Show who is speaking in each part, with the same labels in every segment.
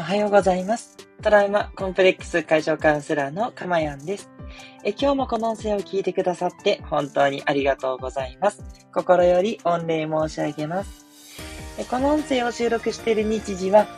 Speaker 1: はようございます。トラウマコンプレックス解消カウンセラーのかまやんです。今日もこの音声を聞いてくださって本当にありがとうございます。心より御礼申し上げます。この音声を収録している日時は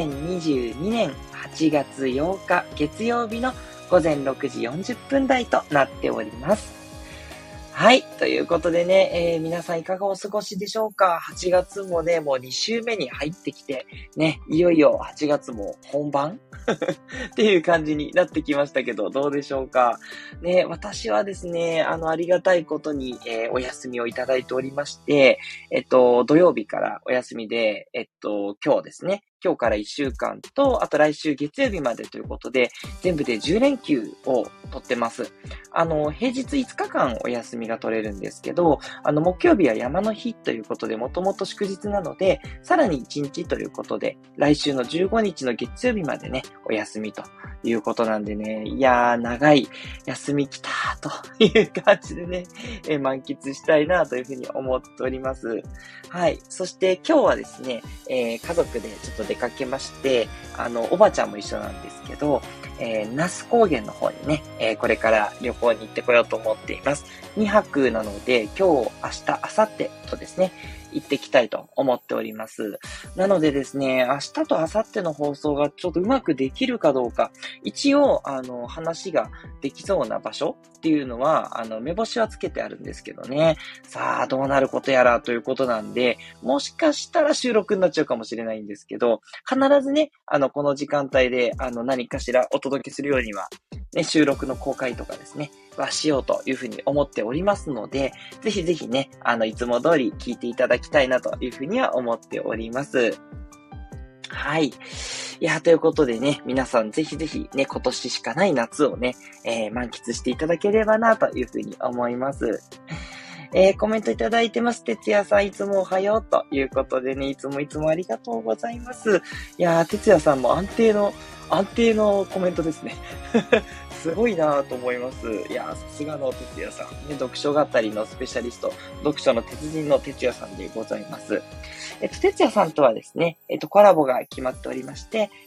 Speaker 1: 2022年8月8日月曜日の午前6時40分台となっております。はい。ということでね、皆さんいかがお過ごしでしょうか？ 8 月もね、もう2週目に入ってきて、ね、いよいよ8月も本番っていう感じになってきましたけど、どうでしょうか？ね、私はですね、ありがたいことに、お休みをいただいておりまして、土曜日からお休みで、今日ですね、今日から1週間と、あと来週月曜日までということで、全部で10連休を取ってます。平日5日間お休みが取れるんですけど、木曜日は山の日ということで、もともと祝日なので、さらに1日ということで、来週の15日の月曜日までね、お休みということなんでね、いやー、長い休み来たーという感じでね、満喫したいなというふうに思っております。はい。そして今日はですね、家族でちょっと出かけまして、おばあちゃんも一緒なんですけど、那須高原の方にね、これから旅行に行ってこようと思っています。2泊なので、今日、明日、明後日とですね、行ってきたいと思っております。なのでですね、明日と明後日の放送がちょっとうまくできるかどうか、一応、話ができそうな場所っていうのは、目星はつけてあるんですけどね。さあ、どうなることやらということなんで、もしかしたら収録になっちゃうかもしれないんですけど、必ずね、この時間帯で、何かしらお届けするようには、ね、収録の公開とかですね、はしようというふうに思っておりますので、ぜひぜひね、いつも通り聞いていただきたいなというふうには思っております。はい。いや、ということでね、皆さんぜひぜひね、今年しかない夏をね、満喫していただければなというふうに思います。コメントいただいてます。哲也さん、いつもおはようということでね、いつもありがとうございます。いやー、哲也さんも安定のコメントですね。すごいなぁと思います。いやー、さすがの哲也さん。ね、読書語りのスペシャリスト、読書の鉄人の哲也さんでございます。哲也さんとはですね、コラボが決まっておりまして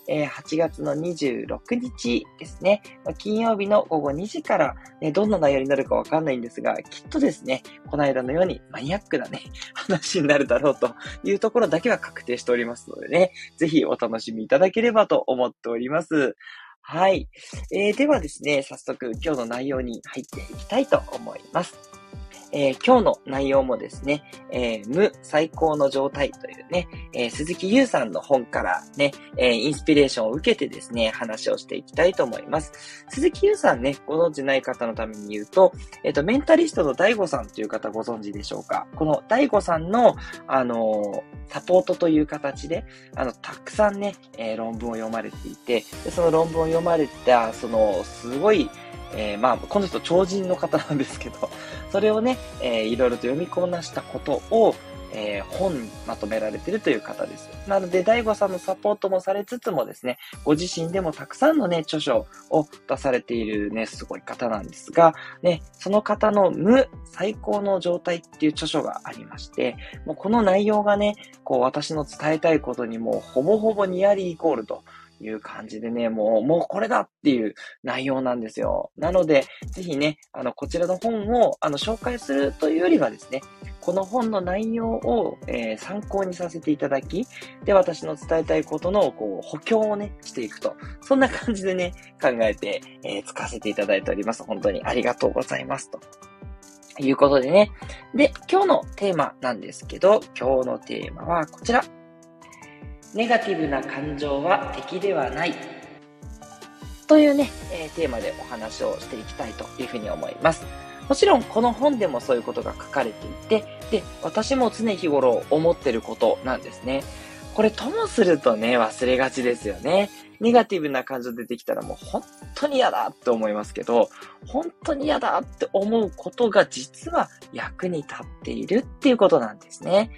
Speaker 1: 、8月の26日ですね、金曜日の午後2時から、ね、どんな内容になるかわかんないんですが、きっとですね、この間のようにマニアックなね、話になるだろうというところだけは確定しておりますのでね、ぜひお楽しみいただければと思っております。はい。ではですね、早速今日の内容に入っていきたいと思います。今日の内容もですね、無最高の状態というね、鈴木優さんの本からね、インスピレーションを受けてですね、話をしていきたいと思います。鈴木優さんね、ご存知ない方のために言うと、メンタリストの大悟さんという方ご存知でしょうか？この大悟さんの、サポートという形で、たくさんね、論文を読まれていて、でその論文を読まれた、すごい、この人超人の方なんですけど、それをね、いろいろと読みこなしたことを、本にまとめられているという方です。なので、大悟さんのサポートもされつつもですね、ご自身でもたくさんのね、著書を出されているね、すごい方なんですが、ね、その方の無最高の状態っていう著書がありまして、もうこの内容がね、こう私の伝えたいことにもほぼほぼニアリーイコールという感じでね、もうこれだっていう内容なんですよ。なので、ぜひね、こちらの本を、紹介するというよりはですね、この本の内容を、参考にさせていただき、で、私の伝えたいことの、補強をね、していくと。そんな感じでね、考えて、使わせていただいております。本当にありがとうございます。ということでね。で、今日のテーマなんですけど、今日のテーマはこちら。ネガティブな感情は敵ではない。というね、テーマでお話をしていきたいというふうに思います。もちろんこの本でもそういうことが書かれていて、で、私も常日頃思ってることなんですね。これともするとね、忘れがちですよね。ネガティブな感情出てきたらもう本当に嫌だって思いますけど、本当に嫌だって思うことが実は役に立っているっていうことなんですね。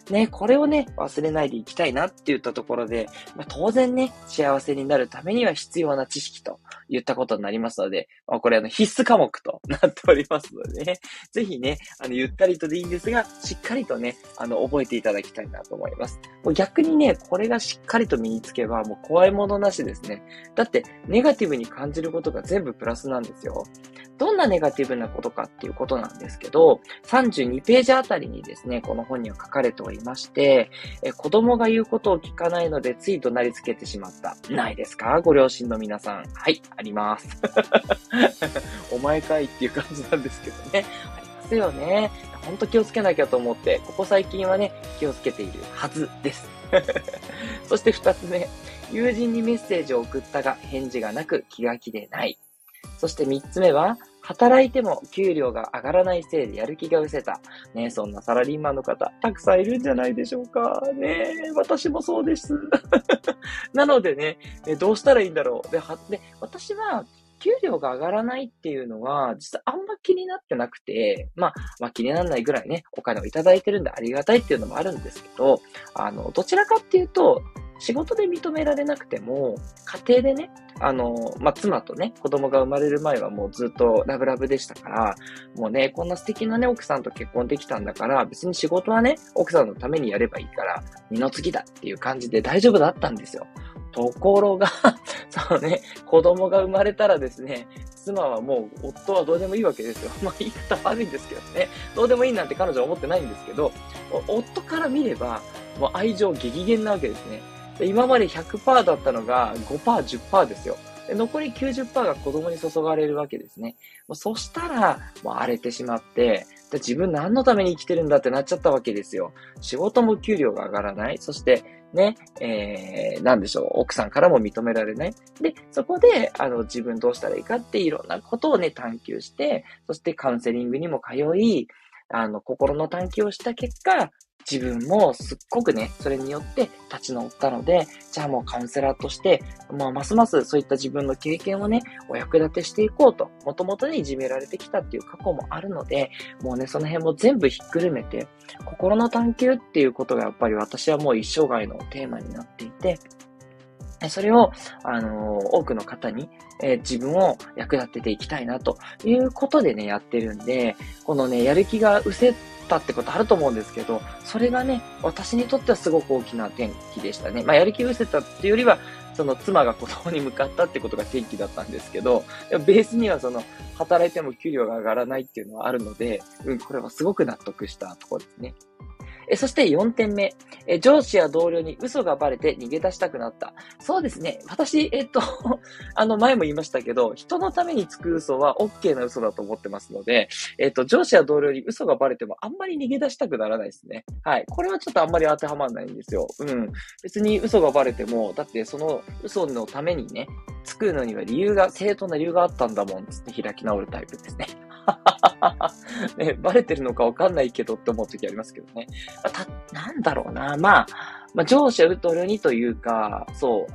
Speaker 1: ね、これをね、忘れないでいきたいなって言ったところで、当然ね、幸せになるためには必要な知識と言ったことになりますので、これ必須科目となっておりますのでね、ぜひね、ゆったりとでいいんですが、しっかりとね、覚えていただきたいなと思います。もう逆にね、これがしっかりと身につけば、もう怖いものなしですね。だって、ネガティブに感じることが全部プラスなんですよ。どんなネガティブなことかっていうことなんですけど、32ページあたりにですね、この本には書かれておりまして、子供が言うことを聞かないのでつい怒鳴りつけてしまった。ないですか？ご両親の皆さん。はい、あります。お前かいっていう感じなんですけどね。ありますよね。ほんと気をつけなきゃと思って、ここ最近はね、気をつけているはずです。そして2つ目、友人にメッセージを送ったが返事がなく気が気でない。そして3つ目は、働いても給料が上がらないせいでやる気が失せた。ね、そんなサラリーマンの方、たくさんいるんじゃないでしょうか。ね、私もそうです。なのでね、どうしたらいいんだろう。で、私は、給料が上がらないっていうのは、実はあんま気になってなくて、気にならないぐらいね、お金をいただいてるんでありがたいっていうのもあるんですけど、どちらかっていうと、仕事で認められなくても、家庭でね、妻とね、子供が生まれる前はもうずっとラブラブでしたから、もうね、こんな素敵なね、奥さんと結婚できたんだから、別に仕事はね、奥さんのためにやればいいから、二の次だっていう感じで大丈夫だったんですよ。ところが、そうね、子供が生まれたらですね、妻はもう、夫はどうでもいいわけですよ。言い方悪いんですけどね。どうでもいいなんて彼女は思ってないんですけど、夫から見れば、もう愛情激減なわけですね。で今まで 100% だったのが 5%、10% ですよ。で残り 90% が子供に注がれるわけですね。そしたら、もう荒れてしまって、で自分何のために生きてるんだってなっちゃったわけですよ。仕事も給料が上がらない。そして、ね、なんでしょう、奥さんからも認められない。で、そこで、自分どうしたらいいかっていろんなことをね、探求して、そしてカウンセリングにも通い、心の探求をした結果、自分もすっごくね、それによって立ち直ったので、じゃあもうカウンセラーとして、ますますそういった自分の経験をね、お役立てしていこうと、もともとにいじめられてきたっていう過去もあるので、もうね、その辺も全部ひっくるめて、心の探求っていうことがやっぱり私はもう一生涯のテーマになっていて、それを、多くの方に、自分を役立てていきたいなということでね、やってるんで、このね、やる気が失せたってことあると思うんですけど、それがね、私にとってはすごく大きな転機でしたね。やる気が失せたっていうよりは、その妻が子供に向かったってことが転機だったんですけど、ベースにはその、働いても給料が上がらないっていうのはあるので、これはすごく納得したところですね。そして4点目、上司や同僚に嘘がバレて逃げ出したくなった。そうですね。私、前も言いましたけど、人のためにつく嘘は OK な嘘だと思ってますので、上司や同僚に嘘がバレてもあんまり逃げ出したくならないですね。はい。これはちょっとあんまり当てはまらないんですよ。別に嘘がバレても、だってその嘘のためにね、つくのには正当な理由があったんだもん、つって開き直るタイプですね。ね、バレてるのかわかんないけどって思う時ありますけどね。なんだろうな。上司は同僚にというか、そう、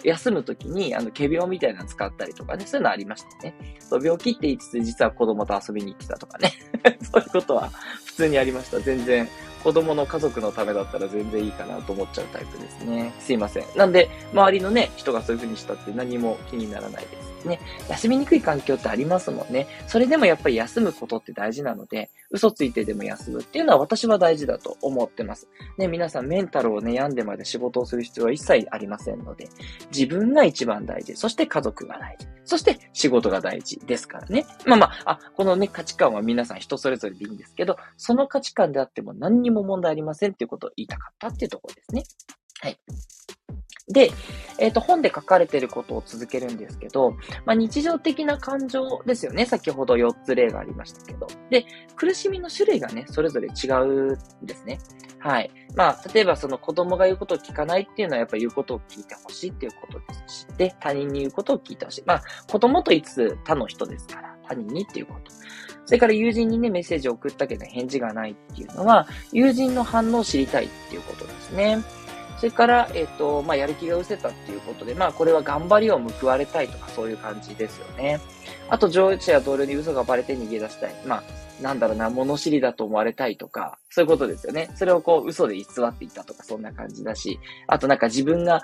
Speaker 1: 休む時に、仮病みたいなの使ったりとかね、そういうのありましたね。そう、病気って言いつつ、実は子供と遊びに行ってたとかね。そういうことは普通にありました。全然。子供の家族のためだったら全然いいかなと思っちゃうタイプですね。すいません。なんで、周りのね、人がそういう風にしたって何も気にならないですね。休みにくい環境ってありますもんね。それでもやっぱり休むことって大事なので、嘘ついてでも休むっていうのは私は大事だと思ってます。ね、皆さんメンタルをね、病んでまで仕事をする必要は一切ありませんので、自分が一番大事。そして家族が大事。そして仕事が大事ですからね。このね、価値観は皆さん人それぞれでいいんですけど、その価値観であっても何にも問題ありませんっていうことを言いたかったっていうところですね。はい。で、本で書かれていることを続けるんですけど、日常的な感情ですよね。先ほど4つ例がありましたけど。で、苦しみの種類がね、それぞれ違うんですね。はい。例えばその子供が言うことを聞かないっていうのはやっぱり言うことを聞いてほしいっていうことですし、で、他人に言うことを聞いてほしい。子供と言いつつ他の人ですから、他人にっていうこと。それから友人にね、メッセージを送ったけど返事がないっていうのは、友人の反応を知りたいっていうことですね。それから、やる気が失せたっていうことで、これは頑張りを報われたいとかそういう感じですよね。あと、上司や同僚に嘘がバレて逃げ出したい。 物知りだと思われたいとか、そういうことですよね。それを嘘で偽っていたとか、そんな感じだし、あと自分が、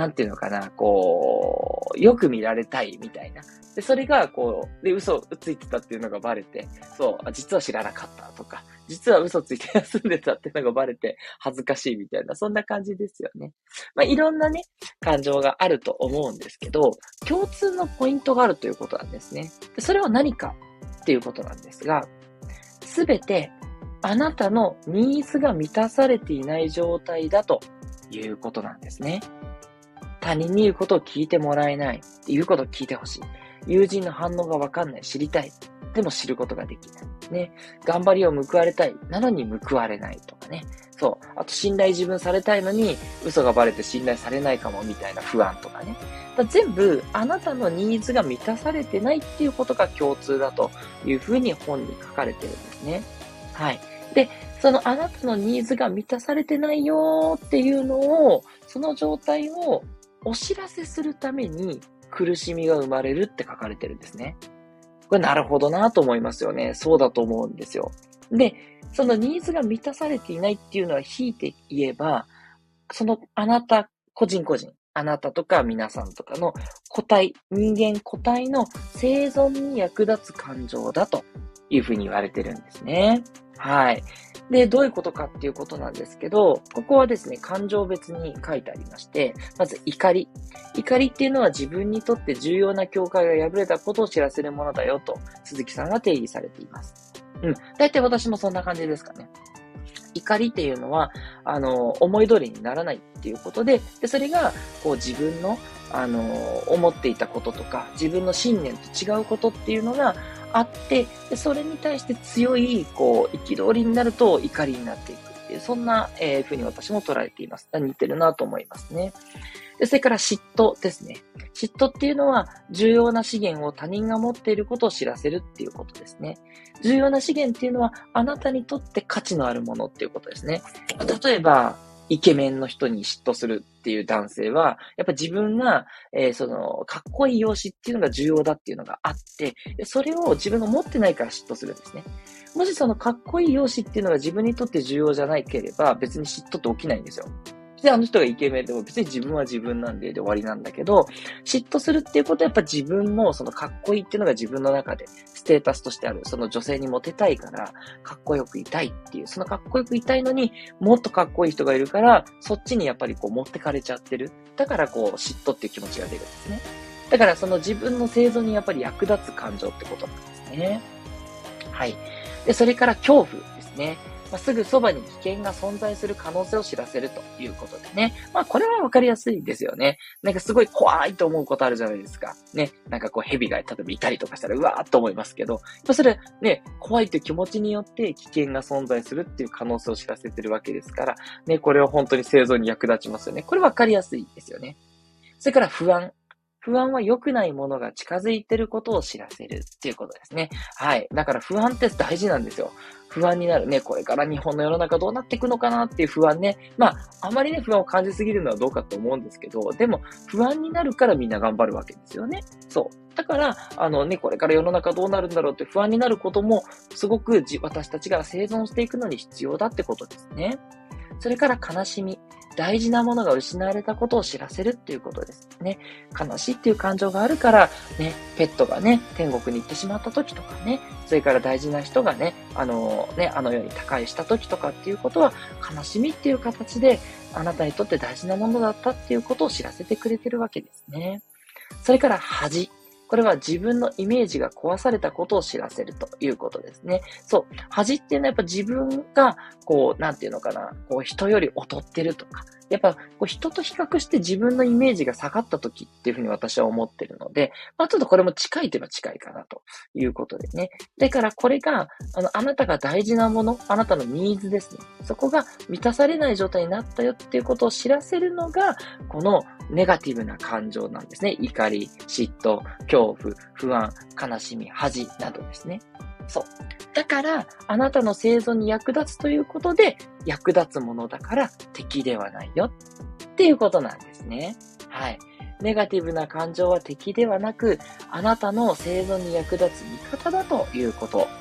Speaker 1: よく見られたいみたいな。で、それがで、嘘ついてたっていうのがバレて、実は知らなかったとか、実は嘘ついて休んでたっていうのがバレて恥ずかしいみたいな、そんな感じですよね。いろんなね、感情があると思うんですけど、共通のポイントがあるということなんですね。で、それは何かっていうことなんですが、すべてあなたのニーズが満たされていない状態だということなんですね。他人に言うことを聞いてもらえない。言うことを聞いてほしい。友人の反応がわかんない。知りたい。でも知ることができない。ね。頑張りを報われたい。なのに報われないとかね。あと信頼自分されたいのに嘘がバレて信頼されないかもみたいな不安とかね。全部あなたのニーズが満たされてないっていうことが共通だというふうに本に書かれてるんですね。はい。で、そのあなたのニーズが満たされてないよっていうのを、その状態をお知らせするために苦しみが生まれるって書かれてるんですね。これなるほどなと思いますよね。そうだと思うんですよ。で、そのニーズが満たされていないっていうのは引いて言えば、そのあなた個人、あなたとか皆さんとかの人間個体の生存に役立つ感情だというふうに言われてるんですね。はい。で、どういうことかっていうことなんですけど、ここはですね、感情別に書いてありまして、まず怒り。怒りっていうのは自分にとって重要な境界が破れたことを知らせるものだよと、鈴木さんが定義されています。だいたい私もそんな感じですかね。怒りっていうのは、思い通りにならないっていうことで、それが、自分の、思っていたこととか、自分の信念と違うことっていうのがあって、それに対して強い、憤りになると怒りになっていくっていう、そんな、ふうに私も捉えています。似てるなと思いますね。それから嫉妬ですね。嫉妬っていうのは重要な資源を他人が持っていることを知らせるっていうことですね。重要な資源っていうのはあなたにとって価値のあるものっていうことですね。例えば、イケメンの人に嫉妬するっていう男性は、やっぱ自分が、かっこいい容姿っていうのが重要だっていうのがあって、それを自分が持ってないから嫉妬するんですね。もしそのかっこいい容姿っていうのが自分にとって重要じゃないければ、別に嫉妬って起きないんですよ。で、あの人がイケメンでも別に自分は自分なんで終わりなんだけど、嫉妬するっていうことはやっぱ自分もそのかっこいいっていうのが自分の中でステータスとしてある。その女性にモテたいから、かっこよくいたいっていう、そのかっこよくいたいのにもっとかっこいい人がいるから、そっちにやっぱり持ってかれちゃってる。だから嫉妬っていう気持ちが出るんですね。だからその自分の生存にやっぱり役立つ感情ってことなんですね。はい。で、それから恐怖ですね。すぐそばに危険が存在する可能性を知らせるということでね。これはわかりやすいですよね。すごい怖いと思うことあるじゃないですか。ね。蛇が例えばいたりとかしたらうわーっと思いますけど、それね、怖いという気持ちによって危険が存在するっていう可能性を知らせてるわけですから、ね、これは本当に生存に役立ちますよね。これわかりやすいですよね。それから不安。不安は良くないものが近づいてることを知らせるっていうことですね。はい。だから不安って大事なんですよ。不安になるね。これから日本の世の中どうなっていくのかなっていう不安ね。あまりね、不安を感じすぎるのはどうかと思うんですけど、でも不安になるからみんな頑張るわけですよね。そう。だから、これから世の中どうなるんだろうって不安になることも、すごく私たちが生存していくのに必要だってことですね。それから悲しみ。大事なものが失われたことを知らせるっていうことですね。悲しいっていう感情があるから、ね、ペットがね、天国に行ってしまった時とかね、それから大事な人がね、あの世に他界した時とかっていうことは、悲しみっていう形で、あなたにとって大事なものだったっていうことを知らせてくれてるわけですね。それから恥。これは自分のイメージが壊されたことを知らせるということですね。そう。恥っていうのはやっぱ自分が、人より劣ってるとか、やっぱ人と比較して自分のイメージが下がった時っていうふうに私は思ってるので、ちょっとこれも近いといえば近いかなということでね。だからこれが、あなたが大事なもの、あなたのニーズですね。そこが満たされない状態になったよっていうことを知らせるのが、このネガティブな感情なんですね。怒り、嫉妬、恐怖、不安、悲しみ、恥などですね。そう。だから、あなたの生存に役立つということで、役立つものだから敵ではないよっていうことなんですね。はい。ネガティブな感情は敵ではなく、あなたの生存に役立つ味方だということなんです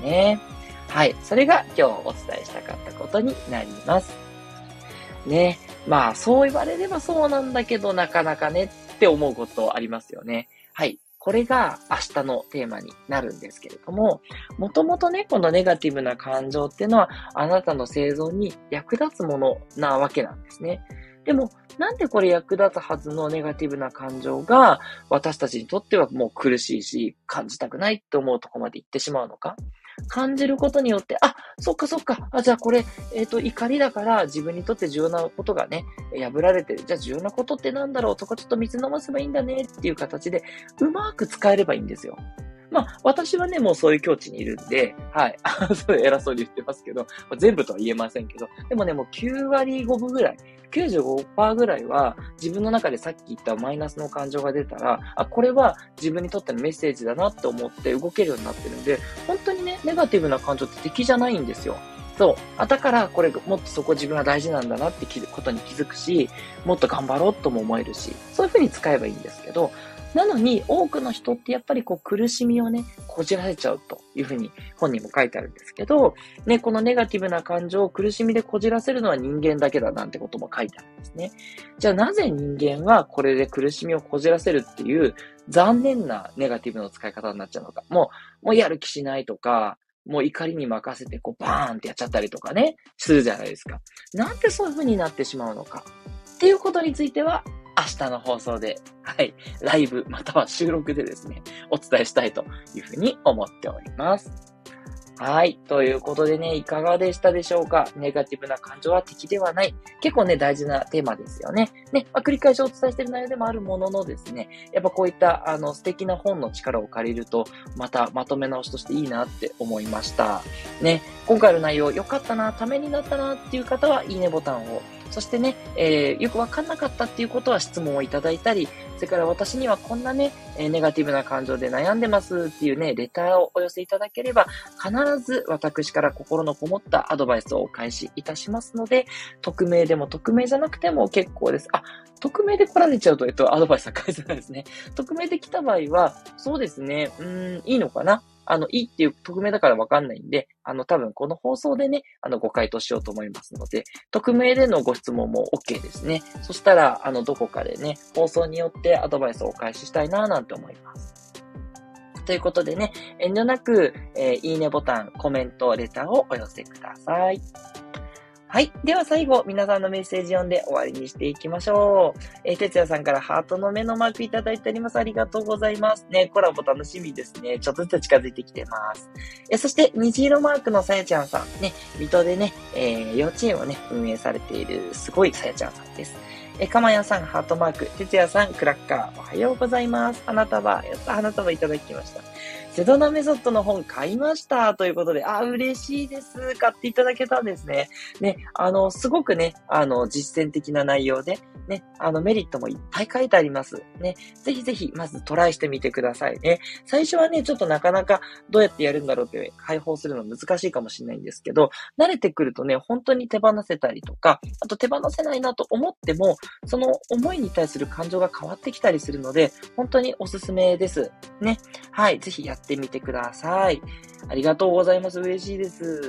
Speaker 1: ね。はい。それが今日お伝えしたかったことになります。ね。まあ、そう言われればそうなんだけど、なかなかねって思うことありますよね。はい。これが明日のテーマになるんですけれども、もともとね、このネガティブな感情っていうのは、あなたの生存に役立つものなわけなんですね。でも、なんでこれ役立つはずのネガティブな感情が、私たちにとってはもう苦しいし、感じたくないって思うところまで行ってしまうのか。感じることによって、あ、そっかそっか、じゃあこれ、怒りだから自分にとって重要なことがね、破られてる。じゃあ重要なことってなんだろうとか、ちょっと水飲ませばいいんだねっていう形で、うまく使えればいいんですよ。まあ、私はね、もうそういう境地にいるんで、はい。そう偉そうに言ってますけど、全部とは言えませんけど、でもね、もう9割5分ぐらい、95%ぐらいは自分の中でさっき言ったマイナスの感情が出たら、これは自分にとってのメッセージだなって思って動けるようになってるんで、本当にね、ネガティブな感情って敵じゃないんですよ。そう。だから、これ、もっとそこ自分は大事なんだなってことに気づくし、もっと頑張ろうとも思えるし、そういう風に使えばいいんですけど、なのに、多くの人ってやっぱり苦しみをね、こじらせちゃうというふうに本にも書いてあるんですけど、ね、このネガティブな感情を苦しみでこじらせるのは人間だけだなんてことも書いてあるんですね。じゃあなぜ人間はこれで苦しみをこじらせるっていう残念なネガティブの使い方になっちゃうのか。もうやる気しないとか、もう怒りに任せてバーンってやっちゃったりとかね、するじゃないですか。なんでそういう風になってしまうのか。っていうことについては、明日の放送で、はい、ライブまたは収録でですね、お伝えしたいというふうに思っております。はい。ということでね、いかがでしたでしょうか？ネガティブな感情は敵ではない。結構ね、大事なテーマですよね。ね、繰り返しお伝えしている内容でもあるもののですね、やっぱこういった、素敵な本の力を借りると、またまとめ直しとしていいなって思いました。ね、今回の内容良かったな、ためになったなっていう方は、いいねボタンを。そしてね、よくわかんなかったっていうことは質問をいただいたり、それから私にはこんなね、ネガティブな感情で悩んでますっていうね、レターをお寄せいただければ、必ず私から心のこもったアドバイスをお返しいたしますので、匿名でも匿名じゃなくても結構です。匿名で来られちゃうと、アドバイスは返せないですね。匿名で来た場合は、そうですね、いいのかないいっていう匿名だからわかんないんで、多分この放送でね、ご回答しようと思いますので、匿名でのご質問も OK ですね。そしたら、どこかでね、放送によってアドバイスをお返ししたいななんて思います。ということでね、遠慮なく、いいねボタン、コメント、レターをお寄せください。はい。では最後、皆さんのメッセージ読んで終わりにしていきましょう。哲也さんからハートの目のマークいただいております。ありがとうございます。ね、コラボ楽しみですね。ちょっとずつ近づいてきてます。そして、虹色マークのさやちゃんさん。ね、水戸でね、幼稚園をね、運営されているすごいさやちゃんさんです。かまやさん、ハートマーク。哲也さん、クラッカー。おはようございます。花束。やった、花束いただきました。セドナメソッドの本買いました。ということで、嬉しいです。買っていただけたんですね。ね、すごくね、実践的な内容で、ね、メリットもいっぱい書いてあります。ね、ぜひぜひ、まずトライしてみてくださいね。最初はね、ちょっとなかなかどうやってやるんだろうって解放するの難しいかもしれないんですけど、慣れてくるとね、本当に手放せたりとか、あと手放せないなと思っても、その思いに対する感情が変わってきたりするので、本当におすすめです。ね。はい。ぜひやってみてください。ありがとうございます。嬉しいです。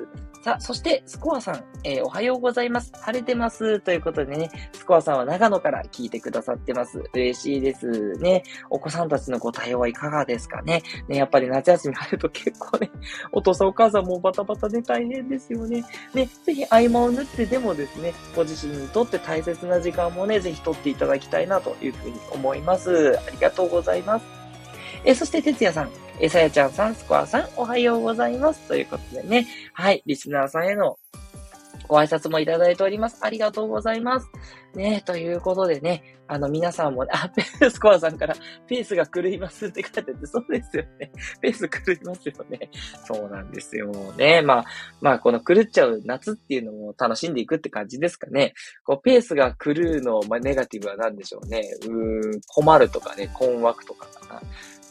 Speaker 1: さあ、そして、スコアさん、おはようございます。晴れてます。ということでね、スコアさんは長野から聞いてくださってます。嬉しいですね。お子さんたちのご対応はいかがですかね。ね、やっぱり夏休み入ると結構ね、お父さんお母さんもバタバタで大変ですよね。ね、ぜひ合間を縫ってでもですね、ご自身にとって大切な時間もね、ぜひ取っていただきたいなというふうに思います。ありがとうございます。そして、哲也さん、さやちゃんさん、スコアさん、おはようございます。ということでね、はい、リスナーさんへのご挨拶もいただいております。ありがとうございます。ね、ということでね、皆さんもね、スコアさんから、ペースが狂いますって書いてて、そうですよね。ペース狂いますよね。そうなんですよね。まあ、この狂っちゃう夏っていうのも楽しんでいくって感じですかね。ペースが狂うの、ネガティブは何でしょうね。困るとかね、困惑とかかな。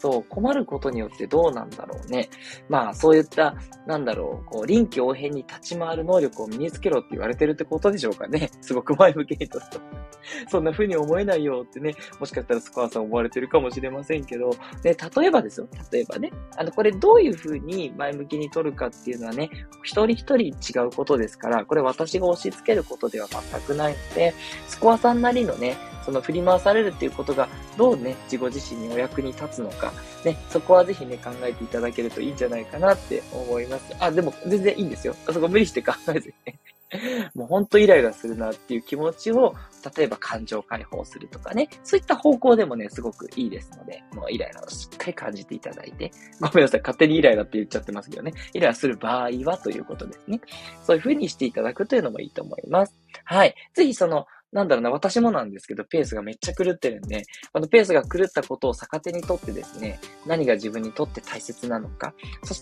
Speaker 1: そう、困ることによってどうなんだろうね。まあ、そういった、臨機応変に立ち回る能力を身につけろって言われてるってことでしょうかね。すごく前向きにとると。そんな風に思えないよってね、もしかしたらスコアさん思われてるかもしれませんけど、ね、例えばですよ。例えばね。これどういう風に前向きに取るかっていうのはね、一人一人違うことですから、これ私が押し付けることでは全くないので、スコアさんなりのね、その振り回されるっていうことがどうね、自己自身にお役に立つのか、ね、そこはぜひね、考えていただけるといいんじゃないかなって思います。でも全然いいんですよ。そこ無理して考えずにね。もうほんとイライラするなっていう気持ちを、例えば感情解放するとかね、そういった方向でもね、すごくいいですので、もうイライラをしっかり感じていただいて、ごめんなさい、勝手にイライラって言っちゃってますけどね、イライラする場合はということですね。そういう風にしていただくというのもいいと思います。はい。ぜひ私もなんですけど、ペースがめっちゃ狂ってるんで、このペースが狂ったことを逆手にとってですね、何が自分にとって大切なのか、そして、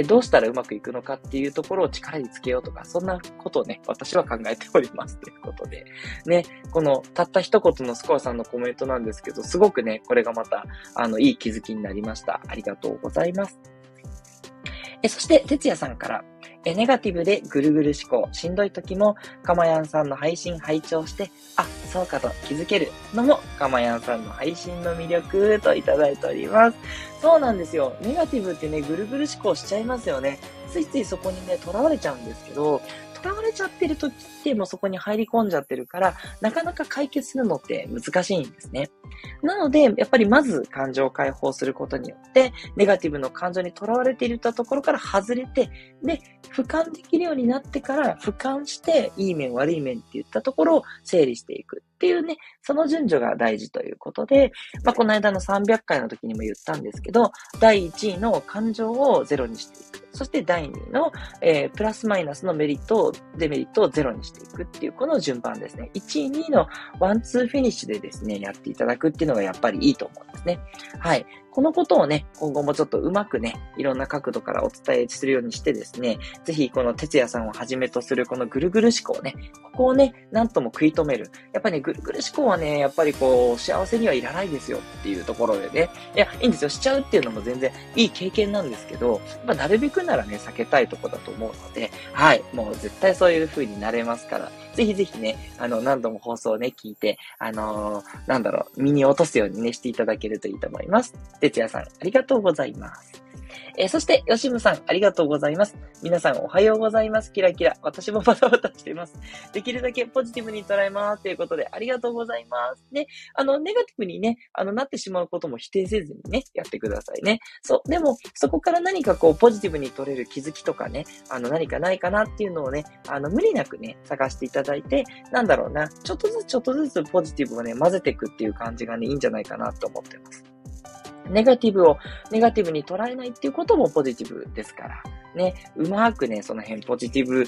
Speaker 1: どうしたらうまくいくのかっていうところを力につけようとか、そんなことをね、私は考えておりますということで。ね、この、たった一言のスコアさんのコメントなんですけど、すごくね、これがまた、いい気づきになりました。ありがとうございます。そして、哲也さんから、ネガティブでぐるぐる思考、しんどい時も、かまやんさんの配信拝聴して、そうかと気づけるのも、かまやんさんの配信の魅力といただいております。そうなんですよ。ネガティブってね、ぐるぐる思考しちゃいますよね。ついついそこにね、囚われちゃうんですけど、囚われちゃってる時ってもうそこに入り込んじゃってるから、なかなか解決するのって難しいんですね。なので、やっぱりまず感情を解放することによって、ネガティブの感情に囚われていたところから外れて、で、俯瞰できるようになってから、俯瞰して、いい面悪い面っていったところを整理していくっていうね、その順序が大事ということで、この間の300回の時にも言ったんですけど、第1位の感情をゼロにしていく。そして第2位の、プラスマイナスのメリット、デメリットをゼロにしていくっていう、この順番ですね。1位、2位のワンツーフィニッシュでですね、やっていただくっていうのがやっぱりいいと思うんですね。はい。このことをね、今後もちょっとうまくね、いろんな角度からお伝えするようにしてですね、ぜひこの哲也さんをはじめとするこのぐるぐる思考ね、ここをね、なんとも食い止める。やっぱりね、ぐるぐる思考はね、やっぱりこう、幸せにはいらないですよっていうところでね、いや、いいんですよ。しちゃうっていうのも全然いい経験なんですけど、なるべくならね、避けたいとこだと思うので、はい、もう絶対そういう風になれますから、ぜひぜひね、何度も放送をね、聞いて、身に落とすようにね、していただけるといいと思います。哲也さん、ありがとうございます。そして、よしむさん、ありがとうございます。皆さん、おはようございます。キラキラ。私もバタバタしています。できるだけポジティブに捉えます。ということで、ありがとうございます。ね、ネガティブにね、なってしまうことも否定せずにね、やってくださいね。でも、そこから何かこう、ポジティブに取れる気づきとかね、何かないかなっていうのをね、無理なくね、探していただいて、ちょっとずつポジティブをね、混ぜていくっていう感じがね、いいんじゃないかなと思ってます。ネガティブをネガティブに捉えないっていうこともポジティブですから。ね、うまくね、その辺ポジティブ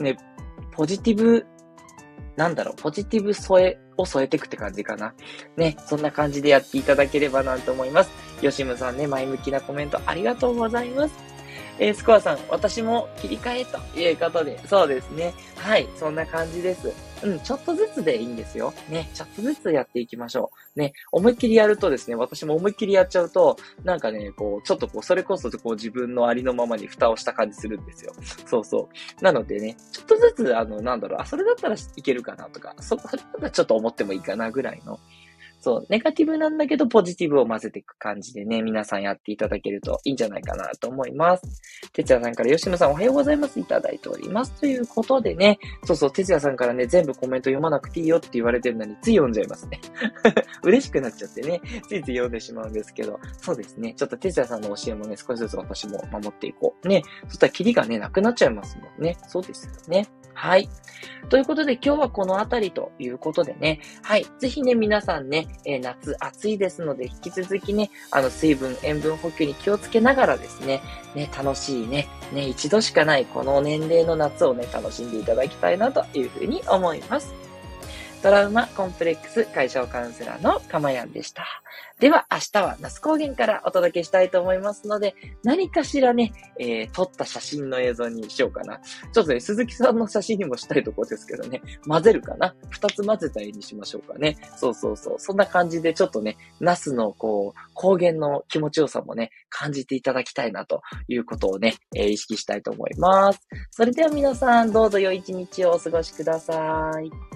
Speaker 1: 添えていくって感じかな。ね、そんな感じでやっていただければなと思います。よしむさんね、前向きなコメントありがとうございます。スコアさん、私も切り替えということで、そうですね。はい、そんな感じです。ちょっとずつでいいんですよ。ね、ちょっとずつやっていきましょう。ね、思いっきりやるとですね、私も思いっきりやっちゃうと、それこそ自分のありのままに蓋をした感じするんですよ。そうそう。なのでね、ちょっとずつ、それだったらいけるかなとか、それだったらちょっと思ってもいいかなぐらいの、そう、ネガティブなんだけどポジティブを混ぜていく感じでね、皆さんやっていただけるといいんじゃないかなと思います。哲也さんから吉野さんおはようございますいただいております。ということでね、哲也さんからね、全部コメント読まなくていいよって言われてるのについ読んじゃいますね。嬉しくなっちゃってね、ついつい読んでしまうんですけど、そうですね、ちょっと哲也さんの教えもね、少しずつ私も守っていこう。ね、そしたらキリがね、なくなっちゃいますもんね。そうですよね。はい。ということで今日はこのあたりということでね、はい。ぜひね、皆さんね、夏暑いですので、引き続きね、水分、塩分補給に気をつけながらですね、楽しいね、一度しかないこの年齢の夏をね、楽しんでいただきたいなというふうに思います。 トラウマコンプレックス解消カウンセラーのかまやんでした。では明日は那須高原からお届けしたいと思いますので、何かしらね、撮った写真の映像にしようかな。ちょっとね、鈴木さんの写真にもしたいところですけどね、混ぜるかな？二つ混ぜた絵にしましょうかね。そう。そんな感じでちょっとね、那須の高原の気持ちよさもね、感じていただきたいなということをね、意識したいと思います。それでは皆さん、どうぞ良い一日をお過ごしください。